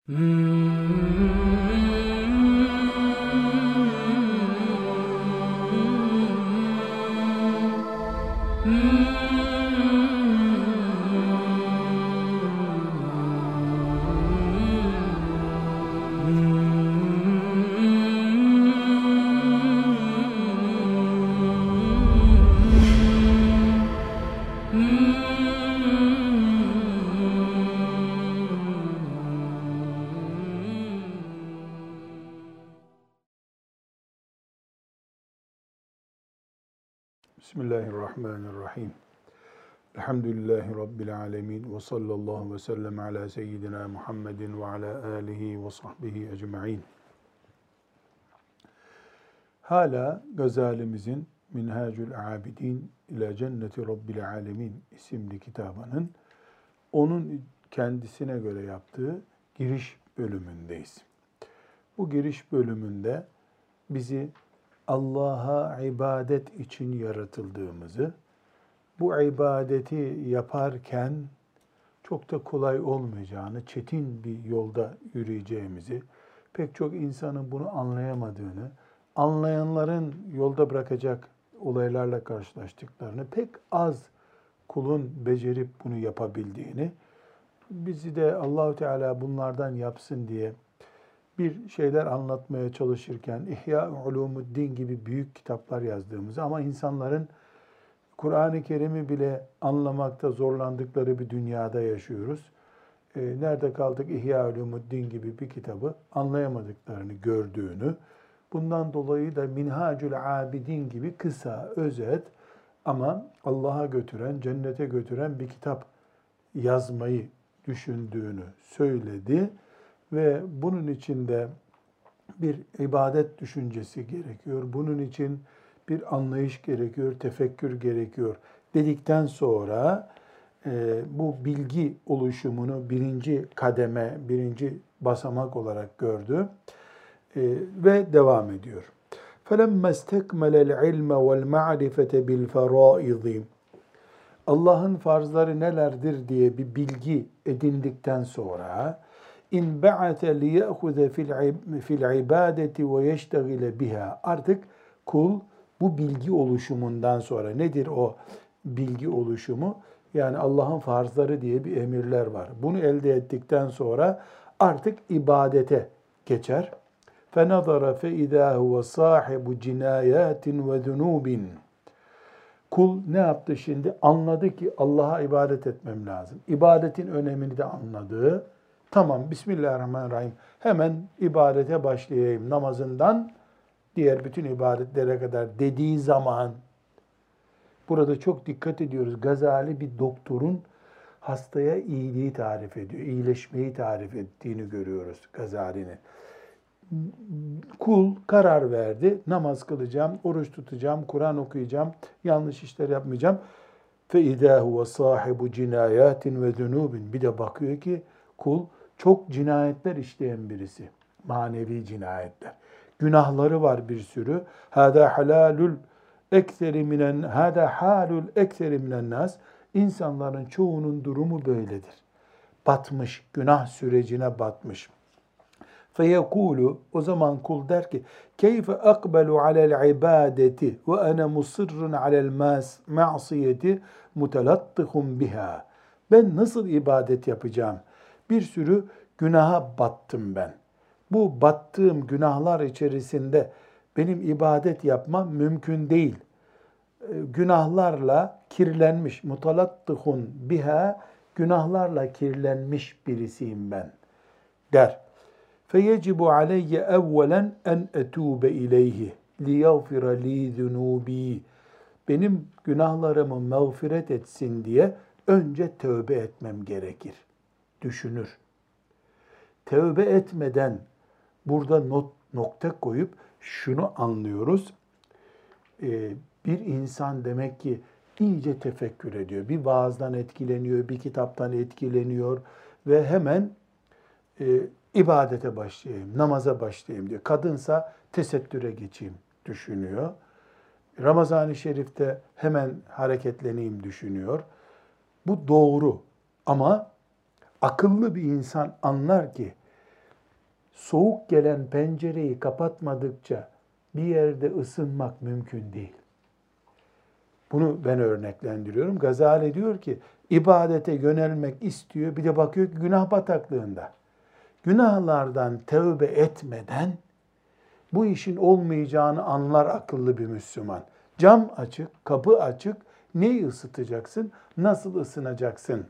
Bismillahirrahmanirrahim. Elhamdülillahi Rabbil alemin. Ve sallallahu ve sellem ala seyyidina Muhammedin ve ala alihi ve sahbihi ecma'in. Hala Gazali'mizin Minhacül Abidin ila Cenneti Rabbil Alemin isimli kitabının onun kendisine göre yaptığı giriş bölümündeyiz. Bu giriş bölümünde bizi Allah'a ibadet için yaratıldığımızı, bu ibadeti yaparken çok da kolay olmayacağını, çetin bir yolda yürüyeceğimizi, pek çok insanın bunu anlayamadığını, anlayanların yolda bırakacak olaylarla karşılaştıklarını, pek az kulun becerip bunu yapabildiğini, bizi de Allahu Teala bunlardan yapsın diye bir şeyler anlatmaya çalışırken İhya-ı Ulumuddin gibi büyük kitaplar yazdığımızı ama insanların Kur'an-ı Kerim'i bile anlamakta zorlandıkları bir dünyada yaşıyoruz. Nerede kaldık İhya-ı Ulumuddin gibi bir kitabı anlayamadıklarını gördüğünü, bundan dolayı da Minhacül Abidin gibi kısa, özet ama Allah'a götüren, cennete götüren bir kitap yazmayı düşündüğünü söyledi. Ve bunun için de bir ibadet düşüncesi gerekiyor. Bunun için bir anlayış gerekiyor, tefekkür gerekiyor dedikten sonra bu bilgi oluşumunu birinci kademe, birinci basamak olarak gördü ve devam ediyor. فَلَمَّا اسْتَكْمَلَ الْعِلْمَ وَالْمَعْرِفَةَ بِالْفَرَائِضِ Allah'ın farzları nelerdir diye bir bilgi edindikten sonra İn ba'ate liye'huze fil ibadeti ve yeştegile biha. Artık kul bu bilgi oluşumundan sonra nedir o bilgi oluşumu? Yani Allah'ın farzları diye bir emirler var. Bunu elde ettikten sonra artık ibadete geçer. فَنَظَرَ فَاِذَا هُوَ صَاحِبُ جِنَايَاتٍ وَذُنُوبٍ Kul ne yaptı şimdi? Anladı ki Allah'a ibadet etmem lazım. İbadetin önemini de anladı. Tamam, Bismillahirrahmanirrahim. Hemen ibadete başlayayım. Namazından diğer bütün ibadetlere kadar dediği zaman, burada çok dikkat ediyoruz. Gazali bir doktorun hastaya iyiliği tarif ediyor. İyileşmeyi tarif ettiğini görüyoruz Gazali'nin. Kul karar verdi. Namaz kılacağım, oruç tutacağım, Kur'an okuyacağım, yanlış işler yapmayacağım. فَاِذَا هُوَ صَاحِبُ جِنَايَاتٍ وَذُنُوبٍ Bir de bakıyor ki kul çok cinayetler işleyen birisi. Manevi cinayetler. Günahları var bir sürü. هَذَا حَلَالُ الْاَكْثَرِ مِنَ النَّاسِ İnsanların çoğunun durumu böyledir. Batmış, günah sürecine batmış. فَيَقُولُ O zaman kul der ki كَيْفَ أَقْبَلُ عَلَى الْعِبَادَةِ وَأَنَا مُصِرٌ عَلَى الْمَعْصِيَةِ مُتَلَطِّخٌ بِهَا Ben nasıl ibadet yapacağım? Bir sürü günaha battım ben. Bu battığım günahlar içerisinde benim ibadet yapmam mümkün değil. Günahlarla kirlenmiş, mutalattihun biha, günahlarla kirlenmiş birisiyim ben der. فَيَجِبُ عَلَيَّ اَوَّلًا اَنْ اَتُوبَ اِلَيْهِ لِيَغْفِرَ لِي ذُنُوبِي Benim günahlarımı mağfiret etsin diye önce tövbe etmem gerekir. Düşünür. Tövbe etmeden burada nokta koyup şunu anlıyoruz. Bir insan demek ki iyice tefekkür ediyor. Bir vaazdan etkileniyor, bir kitaptan etkileniyor ve hemen ibadete başlayayım, namaza başlayayım diyor. Kadınsa tesettüre geçeyim düşünüyor. Ramazan-ı Şerif'te hemen hareketleneyim düşünüyor. Bu doğru ama akıllı bir insan anlar ki soğuk gelen pencereyi kapatmadıkça bir yerde ısınmak mümkün değil. Bunu ben örneklendiriyorum. Gazali diyor ki, ibadete yönelmek istiyor, bir de bakıyor ki günah bataklığında. Günahlardan tövbe etmeden bu işin olmayacağını anlar akıllı bir Müslüman. Cam açık, kapı açık, neyi ısıtacaksın, nasıl ısınacaksın?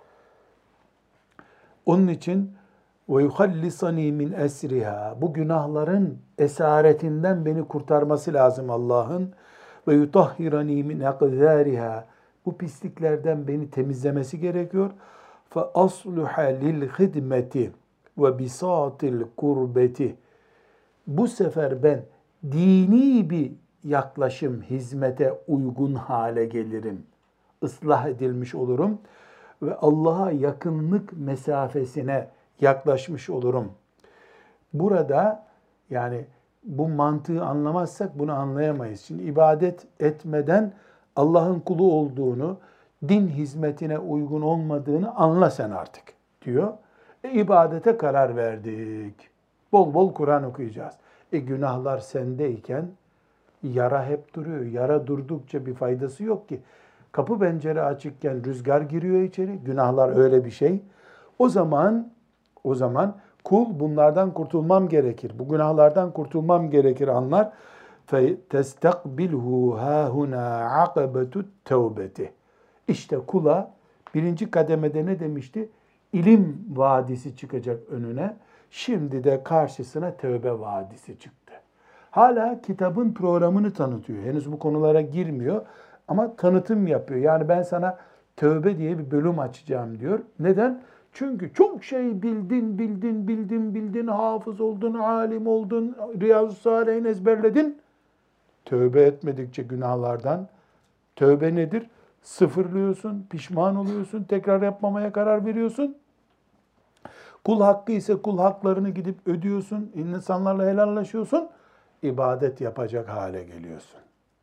Onun için وَيُخَلِّصَنِي min esriha, bu günahların esaretinden beni kurtarması lazım Allah'ın. وَيُطَهِّرَنِي min اَقْذَارِهَا, bu pisliklerden beni temizlemesi gerekiyor. فَأَصْلُحَ لِلْخِدْمَةِ وَبِسَاطِ الْقُرْبَةِ, bu sefer ben dini bir yaklaşım, hizmete uygun hale gelirim. Islah edilmiş olurum ve Allah'a yakınlık mesafesine yaklaşmış olurum. Burada yani bu mantığı anlamazsak bunu anlayamayız. Şimdi ibadet etmeden Allah'ın kulu olduğunu, din hizmetine uygun olmadığını anla sen artık diyor. İbadete karar verdik. Bol bol Kur'an okuyacağız. Günahlar sendeyken yara hep duruyor. Yara durdukça bir faydası yok ki. Kapı pencere açıkken rüzgar giriyor içeri. Günahlar öyle bir şey. O zaman kul bunlardan kurtulmam gerekir. Bu günahlardan kurtulmam gerekir anlar. فَتَسْتَقْبِلْهُ هَا هُنَا عَقَبَةُ التَّوْبَةِ. İşte kula birinci kademede ne demişti? İlim vadisi çıkacak önüne. Şimdi de karşısına tövbe vadisi çıktı. Hala kitabın programını tanıtıyor. Henüz bu konulara girmiyor ama tanıtım yapıyor. Yani ben sana tövbe diye bir bölüm açacağım diyor. Neden? Çünkü çok şey bildin, hafız oldun, alim oldun, Riyazu Salih'in ezberledin. Tövbe etmedikçe günahlardan, tövbe nedir? Sıfırlıyorsun, pişman oluyorsun, tekrar yapmamaya karar veriyorsun. Kul hakkı ise kul haklarını gidip ödüyorsun, insanlarla helallaşıyorsun, ibadet yapacak hale geliyorsun.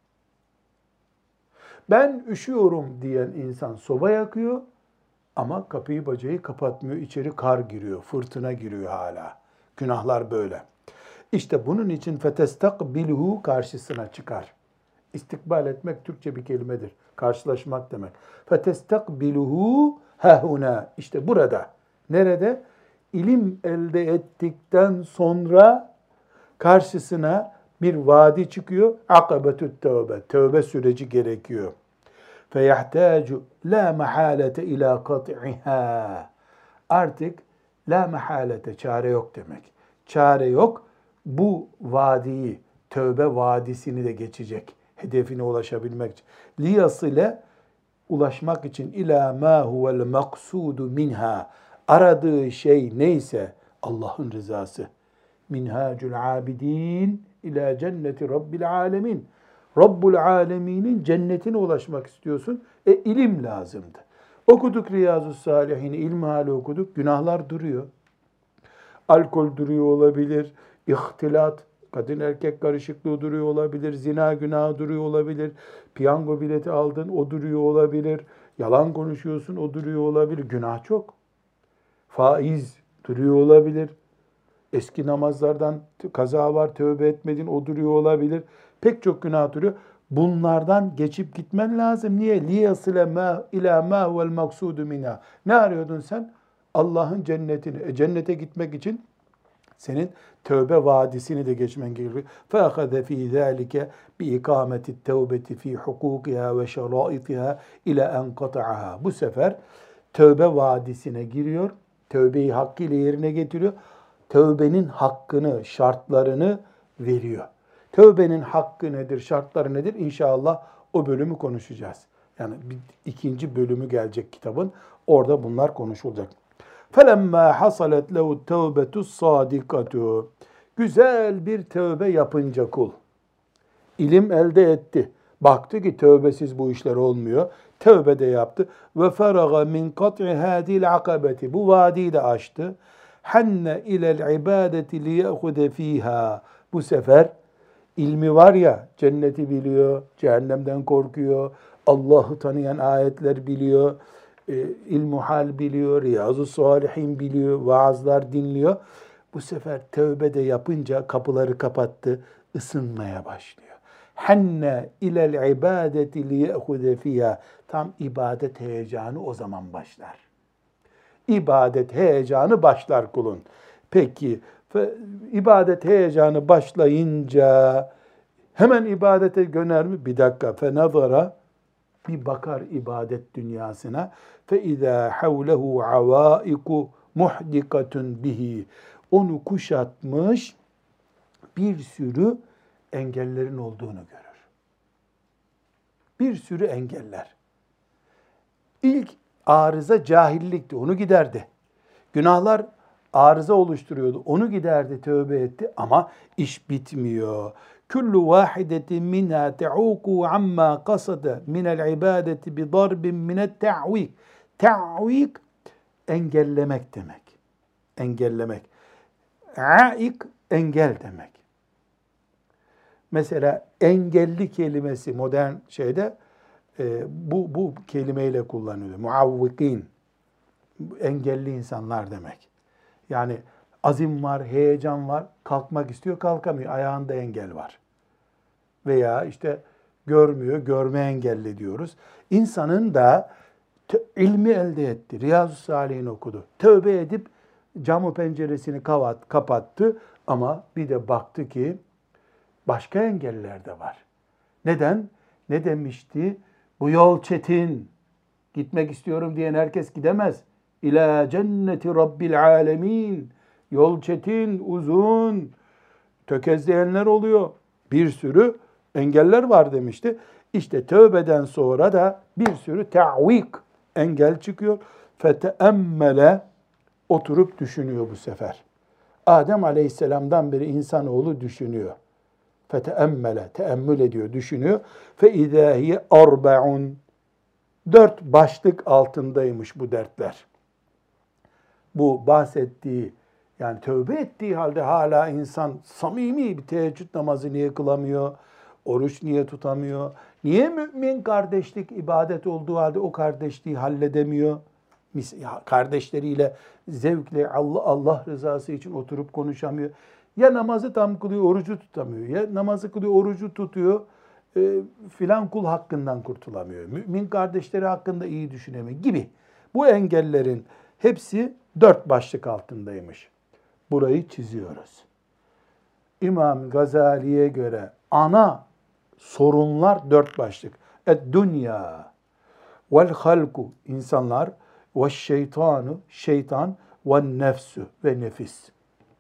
Ben üşüyorum diyen insan soba yakıyor ama kapıyı bacayı kapatmıyor, içeri kar giriyor, fırtına giriyor hala. Günahlar böyle. İşte bunun için fetestakbilhu karşısına çıkar. İstikbal etmek Türkçe bir kelimedir. Karşılaşmak demek. Fetestakbiluhu hahuna. İşte burada. Nerede? İlim elde ettikten sonra karşısına bir vadi çıkıyor. Akabetü't tövbe. Tövbe süreci gerekiyor. Feyahtaju la mahalete ila kat'iha. Artık la mahalete, çare yok demek. Çare yok. Bu vadiyi, tövbe vadisini de geçecek. Hedefine ulaşabilmek için. Liyasile, ulaşmak için ila ma huvel maksudu minha. Aradığı şey neyse Allah'ın rızası. Minhacul abidin ila cenneti rabbil alemin. Rabbul aleminin cennetine ulaşmak istiyorsun. İlim lazımdı. Okuduk Riyazu Salihini, ilmihali okuduk. Günahlar duruyor. Alkol duruyor olabilir. İhtilat, kadın erkek karışıklığı duruyor olabilir. Zina günahı duruyor olabilir. Piyango bileti aldın, o duruyor olabilir. Yalan konuşuyorsun, o duruyor olabilir. Günah çok. Faiz duruyor olabilir. Eski namazlardan kaza var, tövbe etmedin, o duruyor olabilir. Pek çok günah duruyor. Bunlardan geçip gitmen lazım. Niye? Liyasile ma ila ma huvel maksudu minha. Ne arıyordun sen? Allah'ın cennetini. Cennete gitmek için senin tövbe vadisini de geçmen gerekiyor. فَأَخَذَ ف۪ي ذَٰلِكَ بِاِقَامَةِ التَّوْبَةِ ف۪ي حُقُوقِهَا وَشَرَائِطِهَا اِلَى اَنْ قَطَعَهَا. Bu sefer tövbe vadisine giriyor. Tövbeyi hakkıyla yerine getiriyor. Tövbenin hakkını, şartlarını veriyor. Tövbenin hakkı nedir, şartları nedir? İnşallah o bölümü konuşacağız. Yani ikinci bölümü gelecek kitabın. Orada bunlar konuşulacak. فَلَمَّا حَصَلَتْ لَهُ التَّوْبَةُ الصَّادِقَةُ. Güzel bir tövbe yapınca kul, ilim elde etti. Baktı ki tövbesiz bu işler olmuyor. Tövbe de yaptı. وَفَرَغَ مِنْ قَطْعِ هَذِي الْعَقَبَةِ. Bu vadiyi de aştı. حَنَّ اِلَى الْعِبَادَةِ لِيَأْخُذَ ف۪يهَا. Bu sefer ilmi var ya, cenneti biliyor, cehennemden korkuyor, Allah'ı tanıyan ayetler biliyor, ilmuhal biliyor, Riyazu Salihin biliyor, vaazlar dinliyor. Bu sefer tövbe de yapınca kapıları kapattı, ısınmaya başlıyor. Henne ilel ibadeti liyehude fiyha. Tam ibadet heyecanı o zaman başlar. İbadet heyecanı başlar kulun. Peki ibadet heyecanı başlayınca hemen ibadete döner mi? Bir dakika. Fenazara, bir bakar ibadet dünyasına. Fe izâ havlehu avâiku muhdikatun bihi. Onu kuşatmış bir sürü engellerin olduğunu görür. Bir sürü engeller. İlk arıza cahillikti, onu giderdi. Günahlar arıza oluşturuyordu, onu giderdi, tövbe etti ama iş bitmiyor. Kullu vahidetin minha te'uku amma qasada minel ibadeti bi darbin minet ta'vik. Ta'vik engellemek demek. Engellemek. Aik engel demek. Mesela engelli kelimesi modern şeyde bu kelimeyle kullanılıyor. Muavvikin, engelli insanlar demek. Yani azim var, heyecan var, kalkmak istiyor, kalkamıyor. Ayağında engel var. Veya işte görmüyor, görme engelli diyoruz. İnsanın da ilmi elde etti, Riyazu Salihin okudu. Tövbe edip camı penceresini kapattı ama bir de baktı ki başka engeller de var. Neden? Ne demişti? Bu yol çetin. Gitmek istiyorum diyen herkes gidemez. İlâ cenneti rabbil âlemin. Yol çetin, uzun. Tökezleyenler oluyor. Bir sürü engeller var demişti. İşte tövbeden sonra da bir sürü ta'vik, engel çıkıyor. Feteemmele, oturup düşünüyor bu sefer. Adem Aleyhisselam'dan beri insanoğlu düşünüyor. Feteemmele, teemmül ediyor, düşünüyor. Fe izâhiye arba'un. 4 başlık altındaymış bu dertler. Bu bahsettiği, yani tövbe ettiği halde hala insan samimi bir teheccüd namazı niye kılamıyor? Oruç niye tutamıyor? Niye mümin kardeşlik ibadet olduğu halde o kardeşliği halledemiyor? Kardeşleriyle zevkle Allah rızası için oturup konuşamıyor. Ya namazı tam kılıyor, orucu tutamıyor. Ya namazı kılıyor, orucu tutuyor. Filan kul hakkından kurtulamıyor. Mümin kardeşleri hakkında iyi düşünemiyor gibi. Bu engellerin hepsi 4 başlık altındaymış. Burayı çiziyoruz. İmam Gazali'ye göre ana sorunlar 4 başlık. Dünya vel halku, insanlar, ve şeytanu, şeytan, ve nefsü, ve nefis.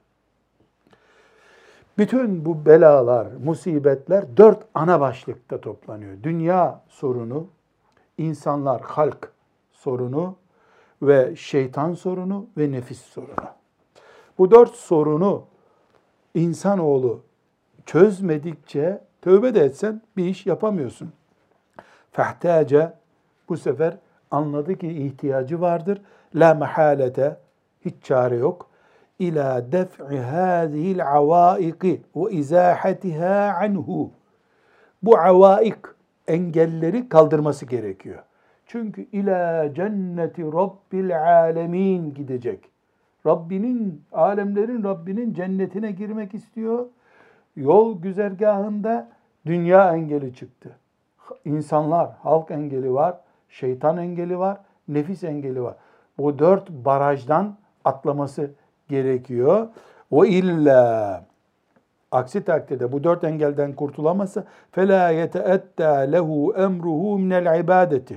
Bütün bu belalar, musibetler 4 ana başlıkta toplanıyor. Dünya sorunu, insanlar, halk sorunu ve şeytan sorunu ve nefis sorunu. Bu 4 sorunu insanoğlu çözmedikçe tövbe de etsen bir iş yapamıyorsun. Fehtace, bu sefer anladı ki ihtiyacı vardır. La mehalete, hiç çare yok. İlâ def'i hâzihil avâiki ve izâhetiha anhu. Bu avaik, engelleri kaldırması gerekiyor. Çünkü ilâ cenneti rabbil âlemin gidecek. Rabbinin, alemlerin Rabbinin cennetine girmek istiyor. Yol güzergahında dünya engeli çıktı. İnsanlar, halk engeli var, şeytan engeli var, nefis engeli var. Bu 4 barajdan atlaması gerekiyor. Ve illa, aksi takdirde bu 4 engelden kurtulamazsa فَلَا يَتَأَتَّى لَهُ اَمْرُهُ مِنَ الْعِبَادَةِ.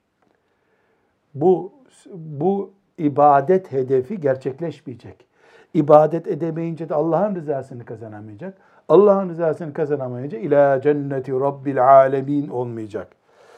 Bu ibadet hedefi gerçekleşmeyecek. İbadet edemeyince de Allah'ın rızasını kazanamayacak. Allah'ın rızasını kazanamayınca ila cenneti rabbil alemin olmayacak.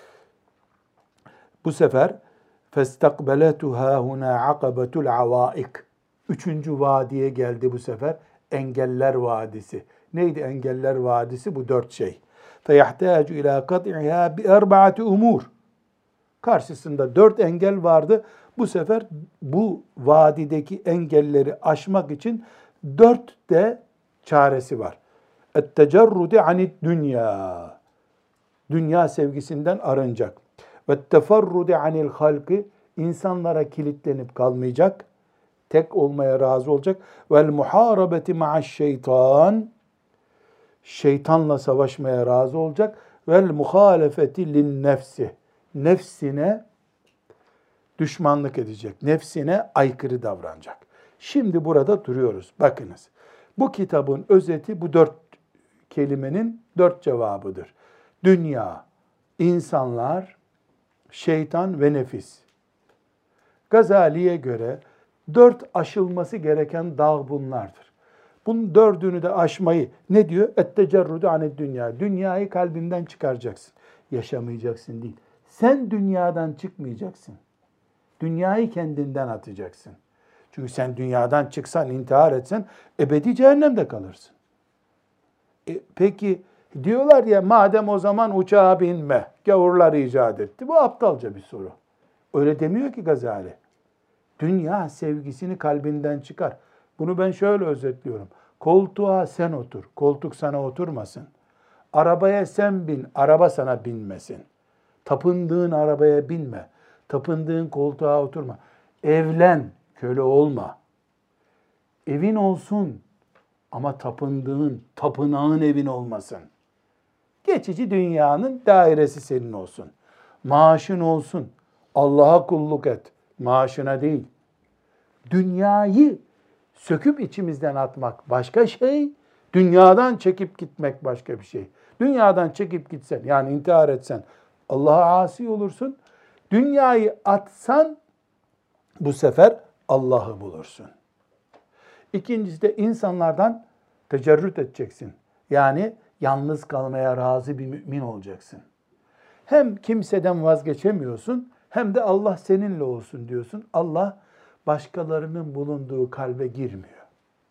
Bu sefer فَاسْتَقْبَلَتُهَا هُنَا عَقَبَةُ الْعَوَائِقِ. 3. vadiye geldi bu sefer. Engeller vadisi. Neydi engeller vadisi? Bu 4 şey. فَيَحْتَاجُ اِلَى قَطْعِهَا بِأَرْبَعَةِ umur. Karşısında 4 engel vardı. Bu sefer bu vadideki engelleri aşmak için 4 de çaresi var. اَتَّجَرُّدِ عَنِ الدُّنْيَا. Dünya sevgisinden arınacak. وَالتَّفَرُّدِ عَنِ الْخَلْقِ. İnsanlara kilitlenip kalmayacak. tek olmaya razı olacak. Vel muharabeti ma'aş şeytan, şeytanla savaşmaya razı olacak. Vel muhalefeti lin nefsi, nefsine düşmanlık edecek, nefsine aykırı davranacak. Şimdi burada duruyoruz. Bakınız, bu kitabın özeti bu 4 kelimenin 4 cevabıdır. Dünya, insanlar, şeytan ve nefis. Gazali'ye göre 4 aşılması gereken dağ bunlardır. Bunun 4'ünü de aşmayı ne diyor? Et-tecerrudu aned dünya. Dünyayı kalbinden çıkaracaksın. Yaşamayacaksın değil. Sen dünyadan çıkmayacaksın. Dünyayı kendinden atacaksın. Çünkü sen dünyadan çıksan, intihar etsen ebedi cehennemde kalırsın. Peki diyorlar ya, madem o zaman uçağa binme, gavurlar icat etti. Bu aptalca bir soru. Öyle demiyor ki Gazali. Dünya sevgisini kalbinden çıkar. Bunu ben şöyle özetliyorum. Koltuğa sen otur, koltuk sana oturmasın. Arabaya sen bin, araba sana binmesin. Tapındığın arabaya binme. Tapındığın koltuğa oturma. Evlen, köle olma. Evin olsun ama tapındığın, tapınağın evin olmasın. Geçici dünyanın dairesi senin olsun. Maaşın olsun. Allah'a kulluk et. Maaşına değil. Dünyayı söküp içimizden atmak başka şey. Dünyadan çekip gitmek başka bir şey. Dünyadan çekip gitsen, yani intihar etsen Allah'a asi olursun. Dünyayı atsan bu sefer Allah'ı bulursun. İkincisi de insanlardan tecerrüt edeceksin. Yani yalnız kalmaya razı bir mümin olacaksın. Hem kimseden vazgeçemiyorsun, hem de Allah seninle olsun diyorsun. Allah başkalarının bulunduğu kalbe girmiyor.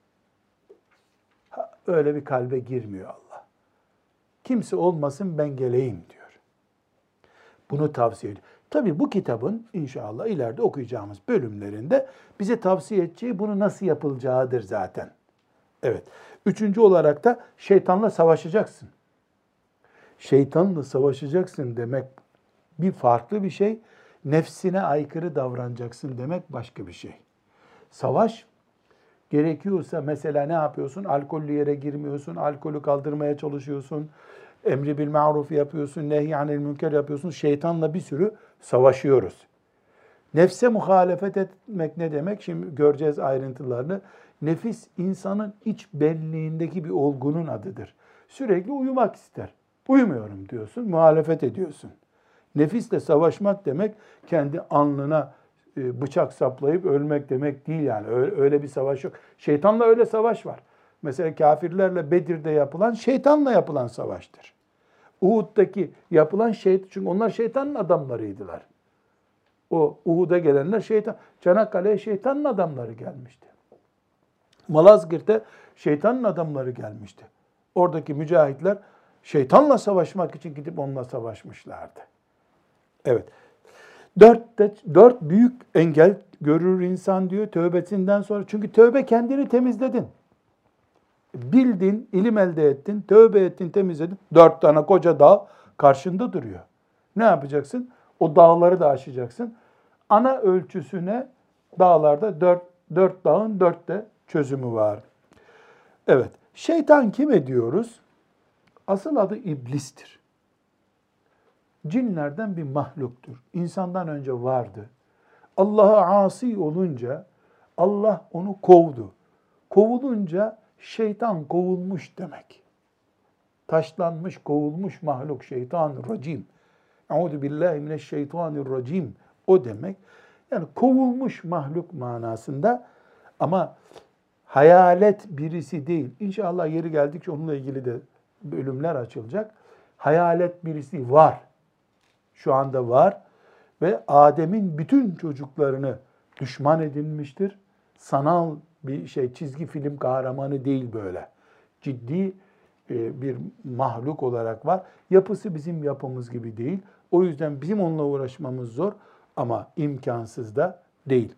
Öyle bir kalbe girmiyor Allah. Kimse olmasın, ben geleyim diyor. Bunu tavsiye ediyor. Tabii bu kitabın inşallah ileride okuyacağımız bölümlerinde bize tavsiye edeceği bunu nasıl yapılacağıdır zaten. Evet. Üçüncü olarak da şeytanla savaşacaksın. Şeytanla savaşacaksın demek bir farklı bir şey. Nefsine aykırı davranacaksın demek başka bir şey. Savaş gerekiyorsa mesela ne yapıyorsun? Alkollü yere girmiyorsun, alkolü kaldırmaya çalışıyorsun, emri bil maruf yapıyorsun, nehyanil münker yapıyorsun. Şeytanla bir sürü savaşıyoruz. Nefse muhalefet etmek ne demek? Şimdi göreceğiz ayrıntılarını. Nefis insanın iç benliğindeki bir olgunun adıdır. Sürekli uyumak ister. Uyumuyorum diyorsun, muhalefet ediyorsun. Nefisle savaşmak demek kendi alnına bıçak saplayıp ölmek demek değil yani. Öyle bir savaş yok. Şeytanla öyle savaş var. Mesela kafirlerle Bedir'de yapılan şeytanla yapılan savaştır. Uhud'daki yapılan çünkü onlar şeytanın adamlarıydılar. O Uhud'a gelenler şeytan. Çanakkale'ye şeytanın adamları gelmişti. Malazgirt'e şeytanın adamları gelmişti. Oradaki mücahitler şeytanla savaşmak için gidip onunla savaşmışlardı. Evet. Dört büyük engel görür insan diyor tövbesinden sonra. Çünkü tövbe kendini temizledin. Bildin, ilim elde ettin, tövbe ettin, temizledin. 4 tane koca dağ karşında duruyor. Ne yapacaksın? O dağları da aşacaksın. Ana ölçüsüne dağlarda 4 dağın 4 de çözümü var. Evet. Şeytan kime diyoruz? Asıl adı iblistir. Cinlerden bir mahluktur. İnsandan önce vardı. Allah'a asi olunca Allah onu kovdu. Kovulunca şeytan kovulmuş demek. Taşlanmış, kovulmuş mahluk şeytan-ı-racim. Euzu billahi mineşşeytanirracim. O demek. Yani kovulmuş mahluk manasında ama hayalet birisi değil. İnşallah yeri geldikçe onunla ilgili de bölümler açılacak. Hayalet birisi var. Şu anda var ve Adem'in bütün çocuklarını düşman edinmiştir. Sanal bir çizgi film kahramanı değil böyle. Ciddi bir mahluk olarak var. Yapısı bizim yapımız gibi değil. O yüzden bizim onunla uğraşmamız zor ama imkansız da değil.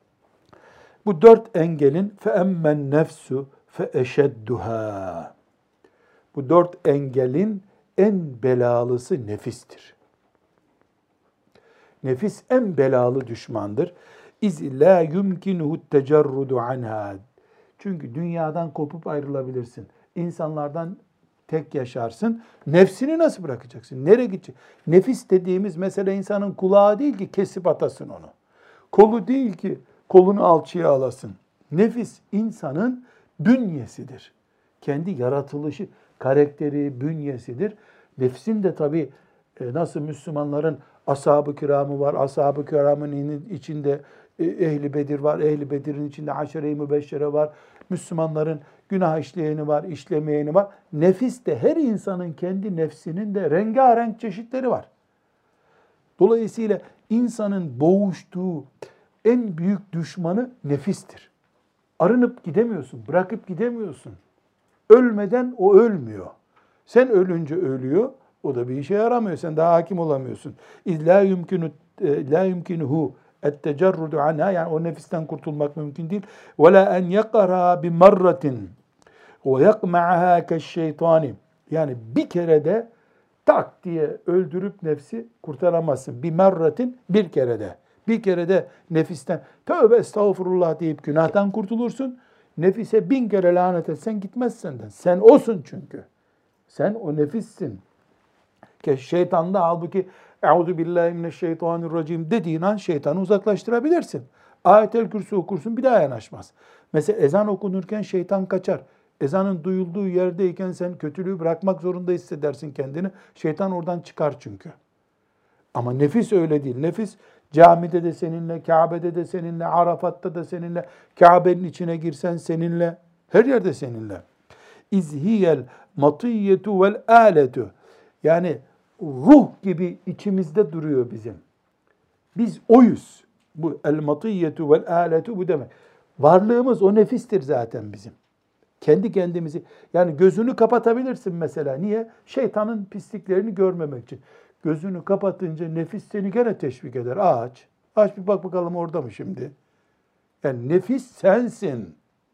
Bu 4 engelin feemmen nefsu feeşedduha. Bu 4 engelin en belalısı nefistir. Nefis en belalı düşmandır. İz la yumkinuhu tecerrudu anha. Çünkü dünyadan kopup ayrılabilirsin. İnsanlardan tek yaşarsın. Nefsini nasıl bırakacaksın? Nereye gidecek? Nefis dediğimiz mesele insanın kulağı değil ki kesip atasın onu. Kolu değil ki kolunu alçıya alasın. Nefis insanın bünyesidir. Kendi yaratılışı, karakteri, bünyesidir. Nefsin de tabii nasıl Müslümanların ashab-ı kiramı var, ashab-ı kiramın içinde ehli Bedir var, ehli Bedir'in içinde aşere-i mübeşşere var. Müslümanların günah işleyeni var, işlemeyeni var. Nefis de her insanın kendi nefsinin de rengarenk çeşitleri var. Dolayısıyla insanın boğuştuğu en büyük düşmanı nefistir. Arınıp gidemiyorsun, bırakıp gidemiyorsun. Ölmeden o ölmüyor. Sen ölünce ölüyor, o da bir işe yaramıyor. Sen daha hakim olamıyorsun. La yumkinuhu ettecerrudu anha, yani o nefisten kurtulmak mümkün değil. Ve la en yakara bi marratin ve yakma'aha keşşeytani. Yani bir kere de tak diye öldürüp nefsi kurtaramazsın. Bir merratin, bir kere de. Bir kere de nefisten tövbe estağfurullah deyip günahtan kurtulursun. Nefise 1000 kere lanet etsen gitmez senden. Sen osun çünkü. Sen o nefissin. Şeytan da halbuki Euzu billahi mineşşeytanirracim dediğin an şeytanı uzaklaştırabilirsin. Ayet-el Kürsü okursun, bir daha yanaşmaz. Mesela ezan okunurken şeytan kaçar. Ezanın duyulduğu yerdeyken sen kötülüğü bırakmak zorunda hissedersin kendini. Şeytan oradan çıkar çünkü. Ama nefis öyle değil. Nefis camide de seninle, Kabe'de de seninle, Arafat'ta da seninle, Kabe'nin içine girsen seninle, her yerde seninle. İzhiyel matiyyetu vel aletu. Yani ruh gibi içimizde duruyor bizim. Biz oyuz. Bu el matiyyetu vel aletu bu demek. Varlığımız o nefistir zaten bizim. Kendi kendimizi, yani gözünü kapatabilirsin mesela. Niye? Şeytanın pisliklerini görmemek için. Gözünü kapatınca nefis seni gene teşvik eder. Aç. Aç bir bak bakalım orada mı şimdi? Yani nefis sensin.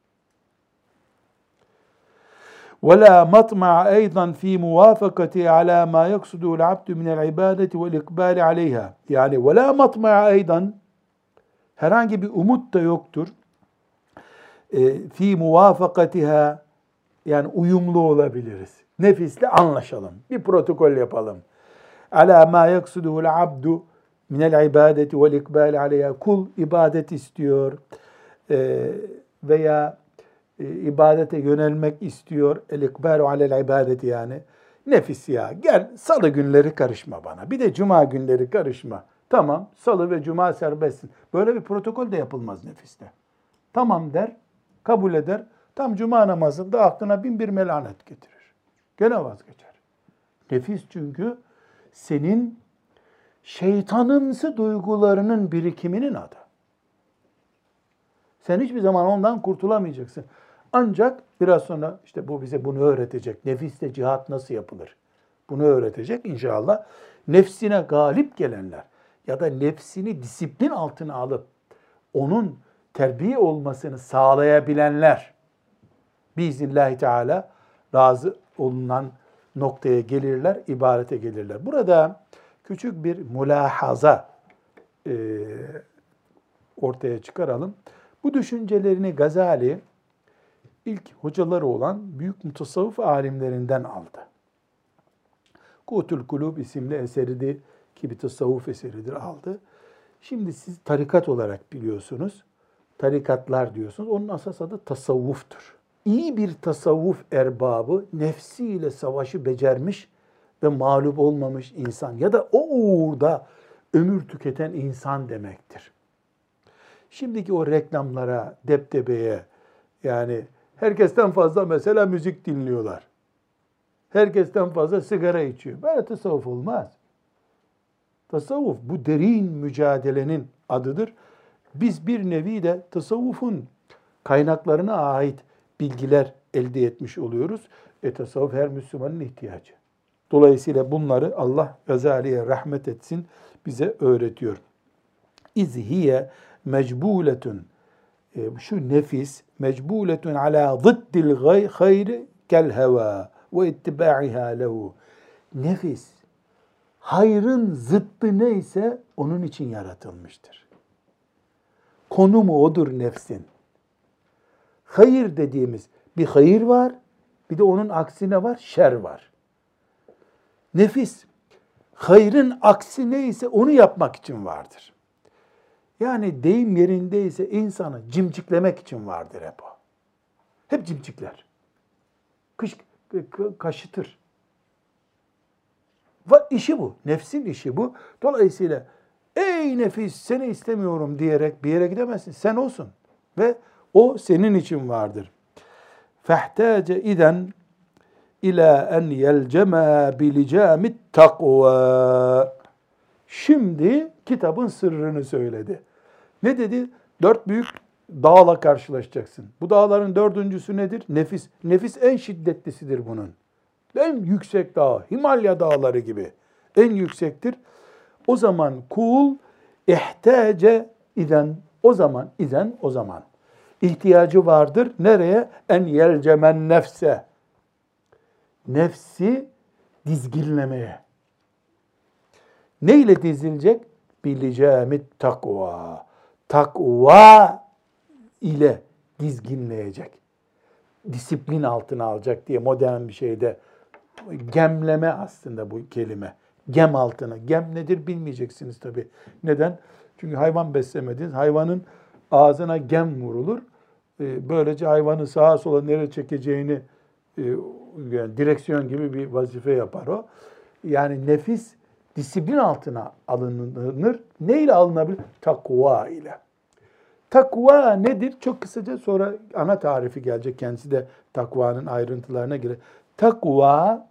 وَلَا مَطْمَعَ اَيْضًا ف۪ي مُوَافَقَةِ عَلَى مَا يَقْصُدُهُ الْعَبْدُ مِنَ الْعِبَادَةِ وَالْاِقْبَالِ عَلَيْهَا. Yani وَلَا مَطْمَعَ اَيْضًا, herhangi bir umut da yoktur. Fi muvafakatiha, yani uyumlu olabiliriz. Nefisle anlaşalım. Bir protokol yapalım. Ala ma yaksuduhu'l abdu minel ibadeti vel ikbal aleyha. Kul ibadet istiyor veya ibadete yönelmek istiyor. El ikbalu alel ibadeti yani. Nefis ya gel salı günleri karışma bana. Bir de cuma günleri karışma. Tamam, salı ve cuma serbestsin. Böyle bir protokol de yapılmaz nefiste. Tamam der, kabul eder. Tam cuma namazında aklına 1001 melanet getirir. Gene vazgeçer. Nefis çünkü senin şeytanımsı duygularının birikiminin adı. Sen hiçbir zaman ondan kurtulamayacaksın. Ancak biraz sonra işte bu bize bunu öğretecek. Nefisle cihat nasıl yapılır? Bunu öğretecek inşallah. Nefsine galip gelenler ya da nefsini disiplin altına alıp onun terbiye olmasını sağlayabilenler biiznillahü teala razı olunan noktaya gelirler, ibadete gelirler. Burada küçük bir mülahaza ortaya çıkaralım. Bu düşüncelerini Gazali ilk hocaları olan büyük mutasavvıf alimlerinden aldı. Kutül Kulub isimli eseridir ki bir tasavvuf eseridir aldı. Şimdi siz tarikat olarak biliyorsunuz. Tarikatlar diyorsunuz. Onun asas adı tasavvuftur. İyi bir tasavvuf erbabı nefsiyle savaşı becermiş ve mağlup olmamış insan ya da o uğurda ömür tüketen insan demektir. Şimdiki o reklamlara, deptebeye, yani herkesten fazla mesela müzik dinliyorlar. Herkesten fazla sigara içiyor. Böyle tasavvuf olmaz. Tasavvuf bu derin mücadelenin adıdır. Biz bir nevi de tasavvufun kaynaklarına ait bilgiler elde etmiş oluyoruz. Tasavvuf her Müslümanın ihtiyacı. Dolayısıyla bunları Allah Gazali'ye rahmet etsin bize öğretiyor. İzhiye mecbuletun, şu nefis mecbuletun ala zıddil hayri kel heva ve ittiba'iha lehu. Nefis hayrın zıttı neyse onun için yaratılmıştır. Konumu odur nefsin. Hayır dediğimiz bir hayır var, bir de onun aksine var, şer var. Nefis, hayrın aksi neyse onu yapmak için vardır. Yani deyim yerindeyse insanı cimciklemek için vardır hep o. Hep cimcikler. Kaşıtır. İşi bu. Nefsin işi bu. Dolayısıyla ey nefis seni istemiyorum diyerek bir yere gidemezsin. Sen olsun. Ve o senin için vardır. فَاحْتَاجَ اِذَنْ اِلَى اَنْ يَلْجَمَا بِلِجَامِ التَّقْوَى. Şimdi kitabın sırrını söyledi. Ne dedi? 4 büyük dağla karşılaşacaksın. Bu dağların 4.'sü nedir? Nefis. Nefis en şiddetlisidir bunun. En yüksek dağ, Himalaya dağları gibi. En yüksektir. O zaman kul ihtace iden o zaman ihtiyacı vardır. Nereye? En yelcemen nefse. Nefsi dizginlemeye. Ne ile dizilecek? Bilicamit takva. Takva ile dizginleyecek. Disiplin altına alacak diye modern bir şeyde gemleme aslında bu kelime. Gem altına. Gem nedir bilmeyeceksiniz tabii. Neden? Çünkü hayvan beslemediniz. Hayvanın ağzına gem vurulur. Böylece hayvanı sağa sola nereye çekeceğini yani direksiyon gibi bir vazife yapar o. Yani nefis disiplin altına alınır. Ne ile alınabilir? Takva ile. Takva nedir? Çok kısaca sonra ana tarifi gelecek. Kendisi de takvanın ayrıntılarına girer. Takva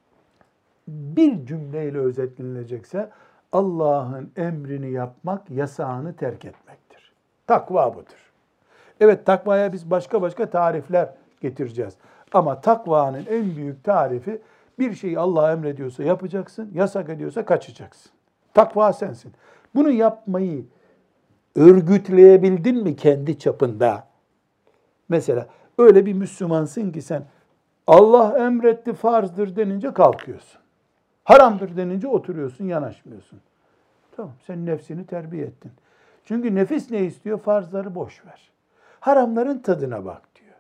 bir cümleyle özetlenilecekse Allah'ın emrini yapmak, yasağını terk etmektir. Takva budur. Evet, takvaya biz başka tarifler getireceğiz. Ama takvanın en büyük tarifi bir şeyi Allah emrediyorsa yapacaksın, yasak ediyorsa kaçacaksın. Takva sensin. Bunu yapmayı örgütleyebildin mi kendi çapında? Mesela öyle bir Müslümansın ki sen Allah emretti farzdır denince kalkıyorsun. Haramdır denince oturuyorsun, yanaşmıyorsun. Tamam, sen nefsini terbiye ettin. Çünkü nefis ne istiyor? Farzları boş ver. Haramların tadına bak diyor.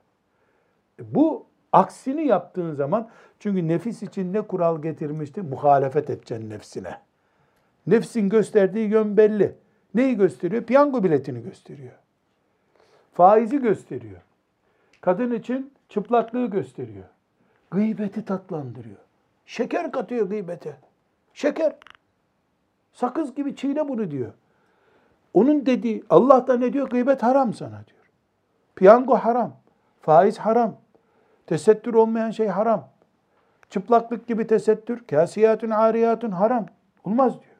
Bu aksini yaptığın zaman, çünkü nefis için ne kural getirmişti? Muhalefet edeceksin nefsine. Nefsin gösterdiği yön belli. Neyi gösteriyor? Piyango biletini gösteriyor. Faizi gösteriyor. Kadın için çıplaklığı gösteriyor. Gıybeti tatlandırıyor. Şeker katıyor gıybete. Şeker. Sakız gibi çiğne bunu diyor. Onun dediği, Allah da ne diyor? Gıybet haram sana diyor. Piyango haram. Faiz haram. Tesettür olmayan şey haram. Çıplaklık gibi tesettür. Kâsiyâtun âriyâtun haram. Olmaz diyor.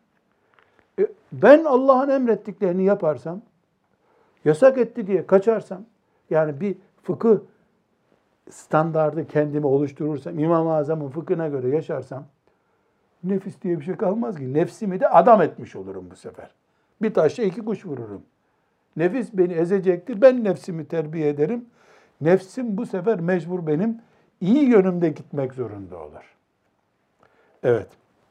Ben Allah'ın emrettiklerini yaparsam, yasak etti diye kaçarsam, yani bir fıkıh standardı kendime oluşturursam, İmam-ı Azam'ın fıkhına göre yaşarsam, nefis diye bir şey kalmaz ki. Nefsimi de adam etmiş olurum bu sefer. Bir taşla 2 kuş vururum. Nefis beni ezecektir, ben nefsimi terbiye ederim. Nefsim bu sefer mecbur benim iyi yönümde gitmek zorunda olur. Evet.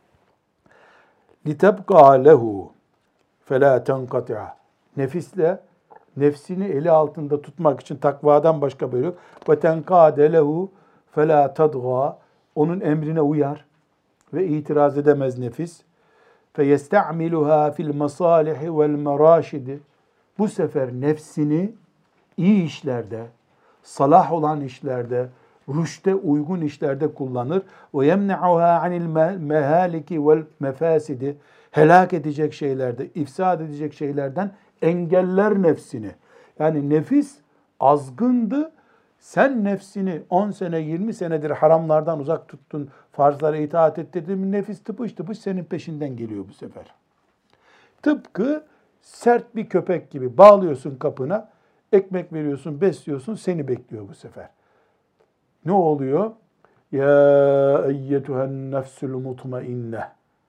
لِتَبْقَى لَهُ فَلَا تَنْقَطِعَ. Nefisle, nefsini eli altında tutmak için takvadan başka böyle yok. وَتَنْقَادَ لَهُ فَلَا تَضْغَى. Onun emrine uyar ve itiraz edemez nefis. فَيَسْتَعْمِلُهَا فِي الْمَصَالِحِ وَالْمَرَاشِدِ. Bu sefer nefsini iyi işlerde, salah olan işlerde, rüşte uygun işlerde kullanır. وَيَمْنَعُهَا عَنِ الْمَهَالِكِ وَالْمَفَاسِدِ. Helak edecek şeylerde, ifsad edecek şeylerden engeller nefsini. Yani nefis azgındı. Sen nefsini 10 sene, 20 senedir haramlardan uzak tuttun, farzlara itaat ettirdin. Nefis tıpış tıpış senin peşinden geliyor bu sefer. Tıpkı sert bir köpek gibi bağlıyorsun kapına, ekmek veriyorsun, besliyorsun, seni bekliyor bu sefer. Ne oluyor? Ya eyyetühen nefsül mutmainne.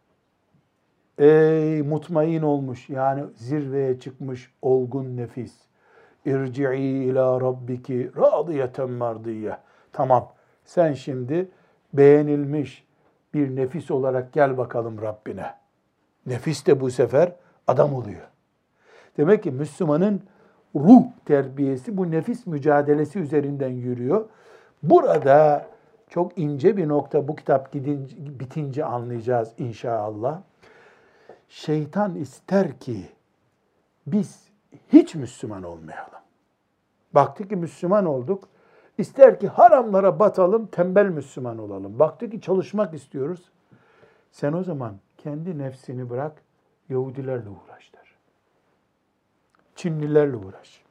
Ey mutmain olmuş, yani zirveye çıkmış olgun nefis. İrci'i ila rabbiki radiyeten mardiyye. Tamam, sen şimdi beğenilmiş bir nefis olarak gel bakalım Rabbine. Nefis de bu sefer adam oluyor. Demek ki Müslümanın ruh terbiyesi, bu nefis mücadelesi üzerinden yürüyor. Burada çok ince bir nokta, bu kitap bitince anlayacağız inşallah. Şeytan ister ki biz hiç Müslüman olmayalım. Baktı ki Müslüman olduk. İster ki haramlara batalım, tembel Müslüman olalım. Baktı ki çalışmak istiyoruz. Sen o zaman kendi nefsini bırak, Yahudilerle uğraş der. Çinlilerle uğraş.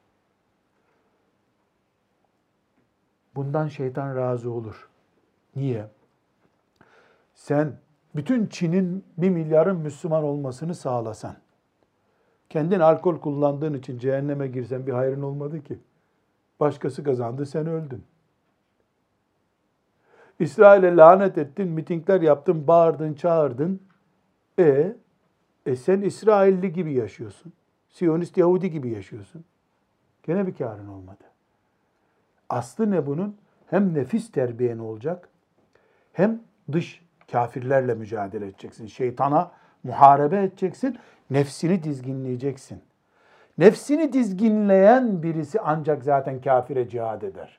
Bundan şeytan razı olur. Niye? Sen bütün Çin'in 1 milyarın Müslüman olmasını sağlasan, kendin alkol kullandığın için cehenneme girsen bir hayrın olmadı ki. Başkası kazandı, sen öldün. İsrail'e lanet ettin, mitingler yaptın, bağırdın, çağırdın. Sen İsrailli gibi yaşıyorsun. Siyonist Yahudi gibi yaşıyorsun. Gene bir kârın olmadı. Aslı ne bunun? Hem nefis terbiyen olacak, hem dış kafirlerle mücadele edeceksin. Şeytana muharebe edeceksin, nefsini dizginleyeceksin. Nefsini dizginleyen birisi ancak zaten kafire cihad eder.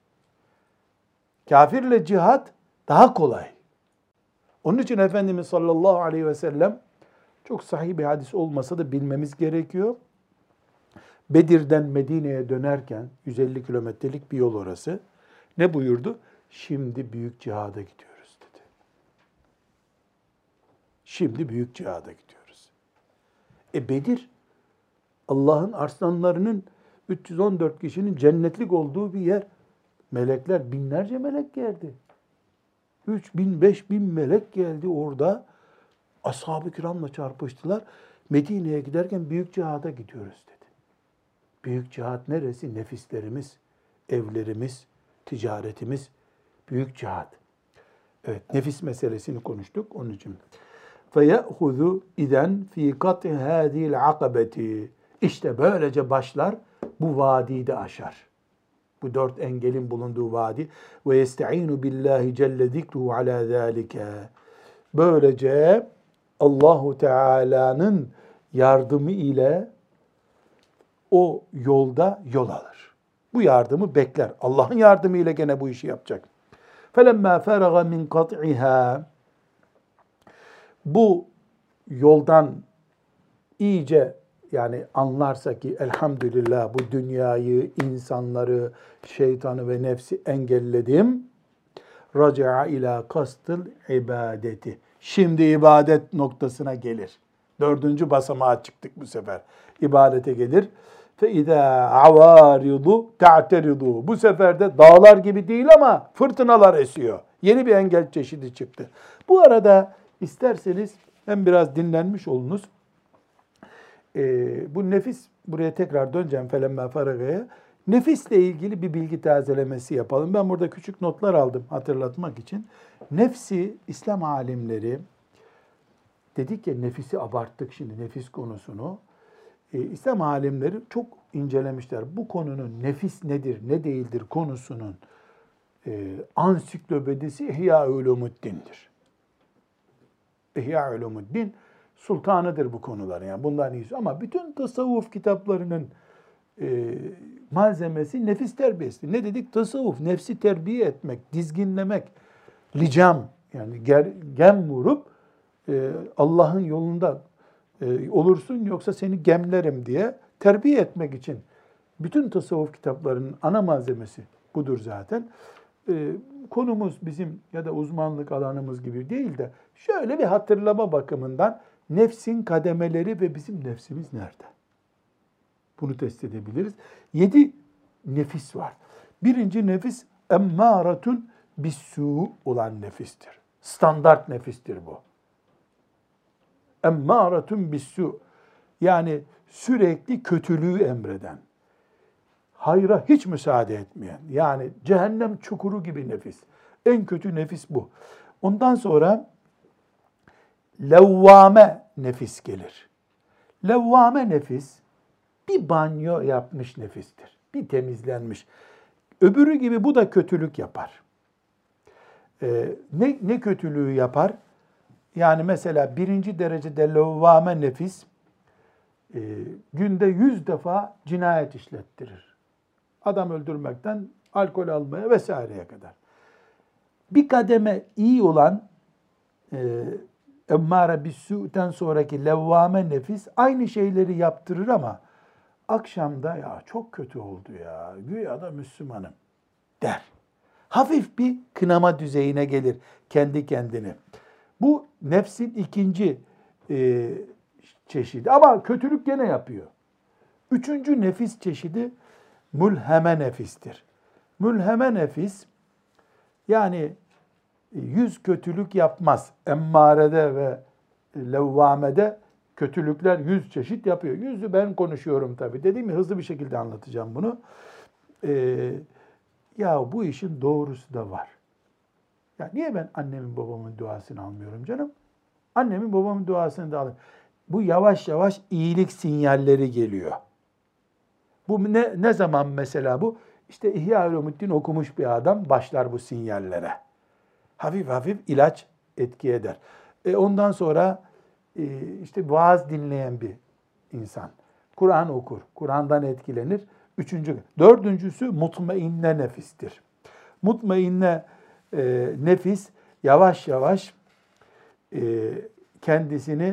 Kafirle cihat daha kolay. Onun için Efendimiz sallallahu aleyhi ve sellem, çok sahih bir hadis olmasa da bilmemiz gerekiyor. Bedir'den Medine'ye dönerken 150 kilometrelik bir yol orası. Ne buyurdu? Şimdi büyük cihada gidiyoruz dedi. Şimdi büyük cihada gidiyoruz. Bedir, Allah'ın arslanlarının 314 kişinin cennetlik olduğu bir yer. Melekler, binlerce melek geldi. 3000, 5000 melek geldi orada. Ashab-ı kiramla çarpıştılar. Medine'ye giderken büyük cihada gidiyoruz dedi. Büyük cihat neresi? Nefislerimiz, evlerimiz, ticaretimiz. Büyük cihat. Evet, nefis meselesini konuştuk onun için. فَيَأْخُذُ اِذَنْ ف۪ي قَطْعِ هَذ۪ي الْعَقَبَةِ İşte böylece başlar, bu vadiyi de aşar. Bu 4 engelin bulunduğu vadi. وَيَسْتَعِينُ بِاللّٰهِ جَلَّ ذِكْرُهُ عَلَى ذَٰلِكَ Böylece Allahu Teala'nın yardımı ile o yolda yol alır. Bu yardımı bekler. Allah'ın yardımı ile gene bu işi yapacak. فَلَمَّا فَرَغَ مِنْ قَطْعِهَا Bu yoldan iyice yani anlarsa ki elhamdülillah bu dünyayı, insanları, şeytanı ve nefsi engelledim. Raci'a ila kastıl ibadeti. Şimdi ibadet noktasına gelir. 4. basamağa çıktık bu sefer. İbadete gelir. Fe izâ avâridu ta'teridu. Bu sefer de dağlar gibi değil ama fırtınalar esiyor. Yeni bir engel çeşidi çıktı. Bu arada isterseniz hem biraz dinlenmiş olunuz. Bu nefis, buraya tekrar döneceğim felemme faragaya. Nefisle ilgili bir bilgi tazelemesi yapalım. Ben burada küçük notlar aldım hatırlatmak için. Nefsi, İslam alimleri, dedik ya nefisi abarttık şimdi nefis konusunu. İslam alimleri çok incelemişler. Bu konunun nefis nedir, ne değildir konusunun ansiklopedisi İhya Ulumuddin'dir. İhya Ulumuddin sultanıdır bu konular. Yani bundan iyisi. Ama bütün tasavvuf kitaplarının malzemesi nefis terbiyesi. Ne dedik? Tasavvuf, nefsi terbiye etmek, dizginlemek, licam yani gem vurup Allah'ın yolunda olursun yoksa seni gemlerim diye terbiye etmek için. Bütün tasavvuf kitaplarının ana malzemesi budur zaten. Konumuz bizim ya da uzmanlık alanımız gibi değil de şöyle bir hatırlama bakımından nefsin kademeleri ve bizim nefsimiz nerede? Bunu test edebiliriz. 7 nefis var. Birinci nefis emmâretun bis-sû olan nefistir. Standart nefistir bu. Emmâretun bis-sû yani sürekli kötülüğü emreden, hayra hiç müsaade etmeyen, yani cehennem çukuru gibi nefis. En kötü nefis bu. Ondan sonra levvame nefis gelir. Levvame nefis bir banyo yapmış nefistir. Bir temizlenmiş. Öbürü gibi bu da kötülük yapar. Ne kötülüğü yapar? Yani mesela 1. derecede levvame nefis günde 100 defa cinayet işlettirir. Adam öldürmekten alkol almaya vesaireye kadar. Bir kademe iyi olan emmare bis-su'ten sonraki levvame nefis aynı şeyleri yaptırır ama akşamda ya çok kötü oldu ya, güya da Müslümanım der. Hafif bir kınama düzeyine gelir kendi kendini. Bu nefsin ikinci çeşidi ama kötülük gene yapıyor. Üçüncü nefis çeşidi mülheme nefistir. Mülheme nefis yani yüz kötülük yapmaz. Emmarede ve levvamede kötülükler 100 çeşit yapıyor. Yüzü ben konuşuyorum tabii. Dediğim hızlı bir şekilde anlatacağım bunu. Ya bu işin doğrusu da var. Ya niye ben annemin babamın duasını almıyorum canım? Annemin babamın duasını da alıyorum. Bu yavaş yavaş iyilik sinyalleri geliyor. Bu ne zaman mesela bu? İşte İhya-ül-Ulumuddin okumuş bir adam başlar bu sinyallere. Hafif hafif ilaç etki eder. Ondan sonra işte vaaz dinleyen bir insan. Kur'an okur, Kur'an'dan etkilenir. Dördüncüsü mutmainne nefistir. Mutmainne nefis yavaş yavaş kendisini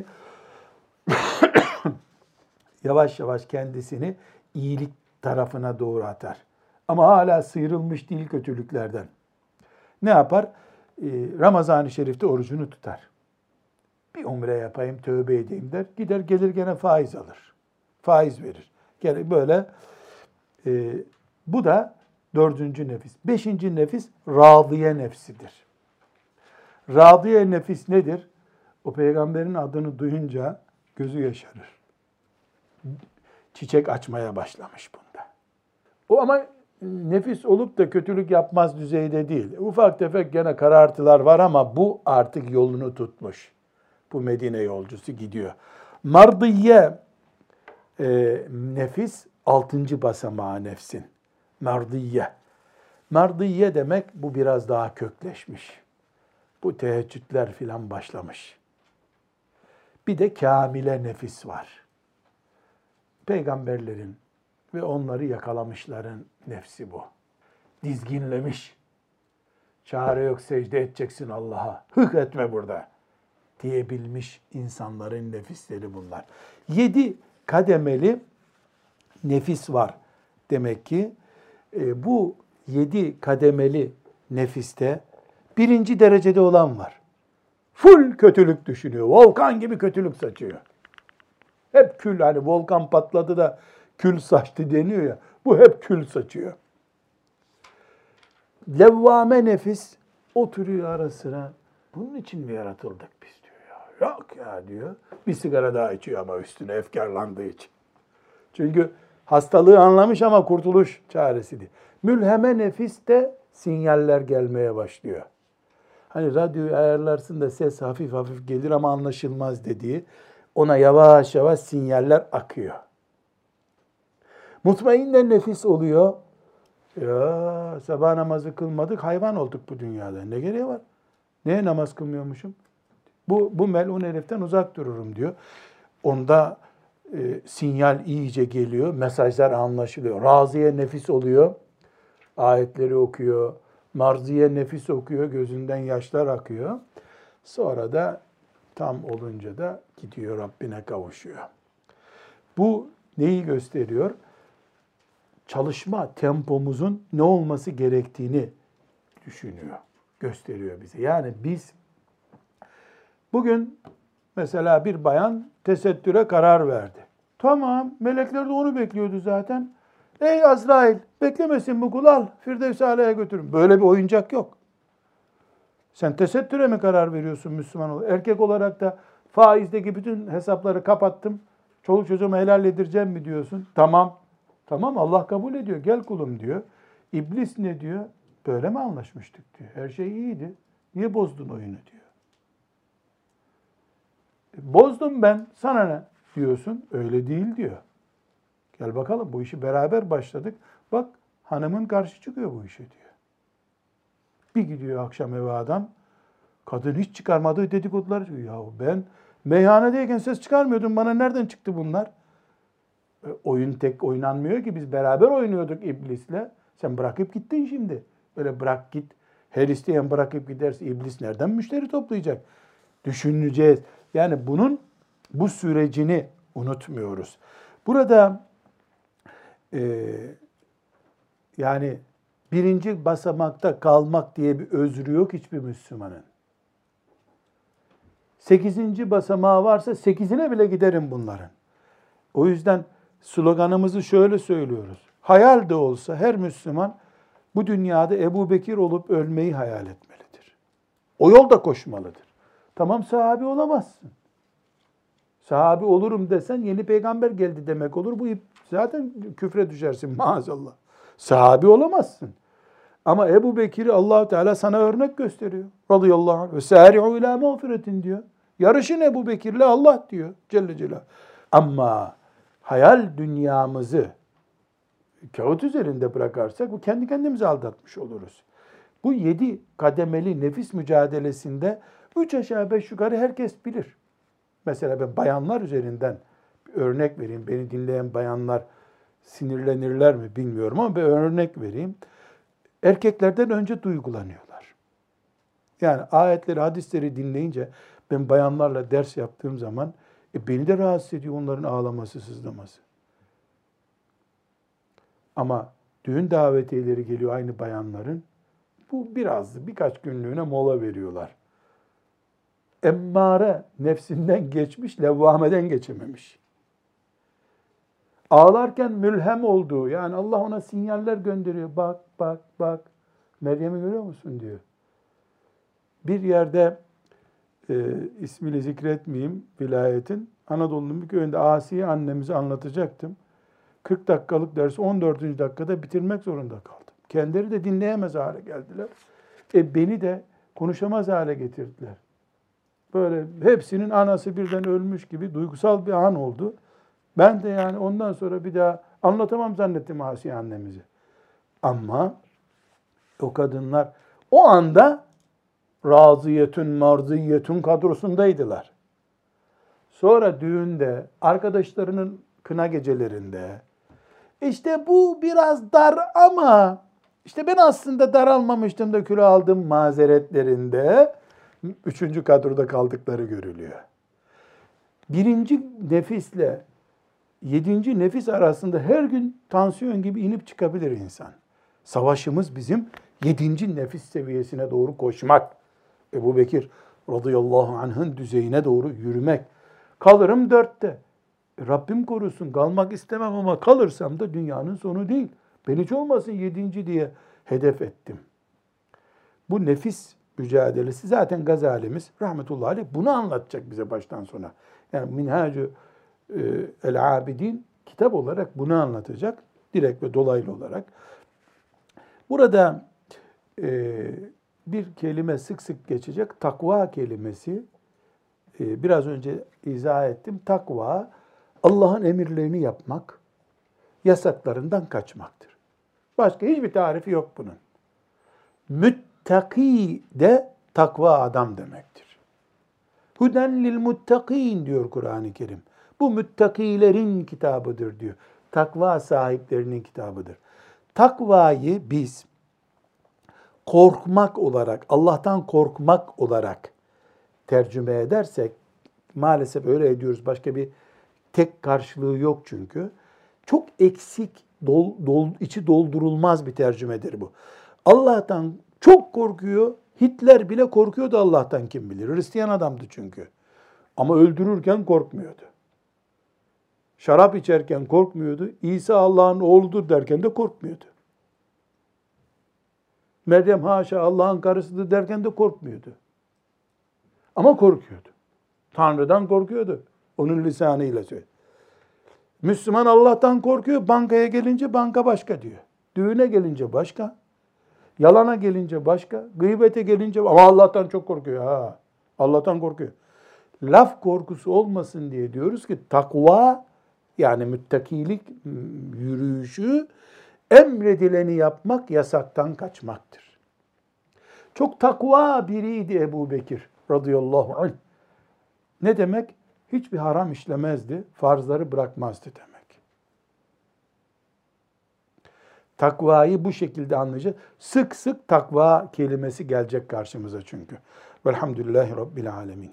iyilik tarafına doğru atar. Ama hala sıyrılmış değil kötülüklerden. Ne yapar? Ramazan-ı Şerif'te orucunu tutar. Bir umre yapayım, tövbe edeyim der. Gider gelir gene faiz alır. Faiz verir. Yani böyle bu da dördüncü nefis. Beşinci nefis râdiye nefsidir. Râdiye nefis nedir? O peygamberin adını duyunca gözü yaşarır. Çiçek açmaya başlamış bunda. O ama nefis olup da kötülük yapmaz düzeyde değil. Ufak tefek gene karartılar var ama bu artık yolunu tutmuş. Bu Medine yolcusu gidiyor. Mardiye nefis 6. basamağı nefsin. Mardiye. Mardiye demek bu biraz daha kökleşmiş. Bu teheccüdler filan başlamış. Bir de kamile nefis var. Peygamberlerin ve onları yakalamışların nefsi bu. Dizginlemiş. Çare yok, secde edeceksin Allah'a. Hıh etme burada diyebilmiş insanların nefisleri bunlar. 7 kademeli nefis var demek ki. Bu 7 kademeli nefiste birinci derecede olan var. Full kötülük düşünüyor. Volkan gibi kötülük saçıyor. Hep kül, hani volkan patladı da kül saçtı deniyor ya. Bu hep kül saçıyor. Levvame nefis oturuyor ara sıra. Bunun için mi yaratıldık biz diyor ya. Yok ya diyor. Bir sigara daha içiyor ama üstüne efkarlandığı için. Çünkü hastalığı anlamış ama kurtuluş çaresi değil. Mülheme nefiste sinyaller gelmeye başlıyor. Hani radyoyu ayarlarsın da ses hafif hafif gelir ama anlaşılmaz dediği. Ona yavaş yavaş sinyaller akıyor. Mutmainne nefis oluyor. Ya sabah namazı kılmadık, hayvan olduk bu dünyada. Ne gereği var? Neye namaz kılmıyormuşum? Bu melun heriften uzak dururum diyor. Onda sinyal iyice geliyor, mesajlar anlaşılıyor. Raziye nefis oluyor, ayetleri okuyor. Marziye nefis okuyor, gözünden yaşlar akıyor. Sonra da tam olunca da gidiyor Rabbine kavuşuyor. Bu neyi gösteriyor? Çalışma tempomuzun ne olması gerektiğini düşünüyor, gösteriyor bize. Yani biz bugün mesela bir bayan tesettüre karar verdi. Tamam, melekler de onu bekliyordu zaten. Ey Azrail, beklemesin bu kul, al Firdevs-i Ala'ya götürün. Böyle bir oyuncak yok. Sen tesettüre mi karar veriyorsun Müslüman olarak? Erkek olarak da faizdeki bütün hesapları kapattım, çoluk çocuğumu helal edeceğim mi diyorsun? Tamam. Tamam, Allah kabul ediyor. Gel kulum diyor. İblis ne diyor? Böyle mi anlaşmıştık diyor. Her şey iyiydi. Niye bozdun oyunu diyor. Bozdum ben, sana ne diyorsun? Öyle değil diyor. Gel bakalım, bu işi beraber başladık. Bak hanımın karşı çıkıyor bu işe diyor. Bir gidiyor akşam eve adam, kadın hiç çıkarmadığı dedikodular diyor. Ya ben meyhanedeyken ses çıkarmıyordum, bana nereden çıktı bunlar? Oyun tek oynanmıyor ki, biz beraber oynuyorduk iblisle. Sen bırakıp gittin şimdi. Öyle bırak git. Her isteyen bırakıp giderse iblis nereden müşteri toplayacak? Düşüneceğiz. Yani bu sürecini unutmuyoruz. Burada yani birinci basamakta kalmak diye bir özrü yok hiçbir Müslümanın. 8. basamağı varsa 8'ine bile giderim bunların. O yüzden sloganımızı şöyle söylüyoruz. Hayal de olsa her Müslüman bu dünyada Ebu Bekir olup ölmeyi hayal etmelidir. O yolda koşmalıdır. Tamam, sahabi olamazsın. Sahabi olurum desen yeni peygamber geldi demek olur. Bu zaten küfre düşersin maazallah. Sahabi olamazsın. Ama Ebu Bekir'i Allah-u Teala sana örnek gösteriyor. Radıyallahu anh. Ve sâri'u ilâ mağfiretin diyor. Yarışın Ebu Bekir'le Allah diyor Celle Celaluhu. Ama hayal dünyamızı kağıt üzerinde bırakarsak bu kendi kendimizi aldatmış oluruz. Bu 7 kademeli nefis mücadelesinde 3 aşağı 5 yukarı herkes bilir. Mesela ben bayanlar üzerinden bir örnek vereyim. Beni dinleyen bayanlar sinirlenirler mi bilmiyorum ama bir örnek vereyim. Erkeklerden önce duygulanıyorlar. Yani ayetleri, hadisleri dinleyince ben bayanlarla ders yaptığım zaman beni de rahatsız ediyor onların ağlaması, sızlaması. Ama düğün davetiyeleri geliyor aynı bayanların. Bu birkaç günlüğüne mola veriyorlar. Emmare nefsinden geçmiş, levvameden geçememiş. Ağlarken mülhem olduğu, yani Allah ona sinyaller gönderiyor. Bak, bak, bak. Meryem'i görüyor musun diyor. Bir yerde ismini zikretmeyeyim vilayetin, Anadolu'nun bir köyünde Asiye annemizi anlatacaktım. 40 dakikalık dersi 14. dakikada bitirmek zorunda kaldım. Kendileri de dinleyemez hale geldiler. Beni de konuşamaz hale getirdiler. Böyle hepsinin anası birden ölmüş gibi duygusal bir an oldu. Ben de yani ondan sonra bir daha anlatamam zannettim Asiye annemizi. Ama o kadınlar o anda raziyetün, marziyetün kadrosundaydılar. Sonra düğünde, arkadaşlarının kına gecelerinde, işte bu biraz dar ama işte ben aslında daralmamıştım da kilo aldım mazeretlerinde 3. kadroda kaldıkları görülüyor. 1. nefisle 7. nefis arasında her gün tansiyon gibi inip çıkabilir insan. Savaşımız bizim 7. nefis seviyesine doğru koşmak. Ebu Bekir radıyallahu anh'ın düzeyine doğru yürümek. Kalırım 4'te. Rabbim korusun, kalmak istemem ama kalırsam da dünyanın sonu değil. Ben hiç olmasın 7. diye hedef ettim. Bu nefis mücadelesi zaten Gazalimiz rahmetullahi aleyh bunu anlatacak bize baştan sona. Yani Minhacü el-Abidin kitap olarak bunu anlatacak. Direkt ve dolaylı olarak. Burada bir kelime sık sık geçecek. Takva kelimesi. Biraz önce izah ettim. Takva, Allah'ın emirlerini yapmak, yasaklarından kaçmaktır. Başka hiçbir tarifi yok bunun. Müttaki de takva adam demektir. Huden lil muttakin diyor Kur'an-ı Kerim. Bu müttakilerin kitabıdır diyor. Takva sahiplerinin kitabıdır. Takvayı biz korkmak olarak, Allah'tan korkmak olarak tercüme edersek, maalesef öyle ediyoruz. Başka bir tek karşılığı yok çünkü. Çok eksik, içi doldurulmaz bir tercümedir bu. Allah'tan çok korkuyor. Hitler bile korkuyordu Allah'tan, kim bilir. Hristiyan adamdı çünkü. Ama öldürürken korkmuyordu. Şarap içerken korkmuyordu. İsa Allah'ın oğludur derken de korkmuyordu. Meryem haşa Allah'ın karısıdır derken de korkmuyordu. Ama korkuyordu. Tanrı'dan korkuyordu. Onun lisanıyla söylüyor. Müslüman Allah'tan korkuyor. Bankaya gelince banka başka diyor. Düğüne gelince başka. Yalana gelince başka. Gıybete gelince ama Allah'tan çok korkuyor. Ha, Allah'tan korkuyor. Laf korkusu olmasın diye diyoruz ki takva, yani müttakilik yürüyüşü, emredileni yapmak, yasaktan kaçmaktır. Çok takva biriydi Ebu Bekir radıyallahu anh. Ne demek? Hiçbir haram işlemezdi, farzları bırakmazdı demek. Takvayı bu şekilde anlayacağız. Sık sık takva kelimesi gelecek karşımıza çünkü. Velhamdülillahi Rabbil alemin.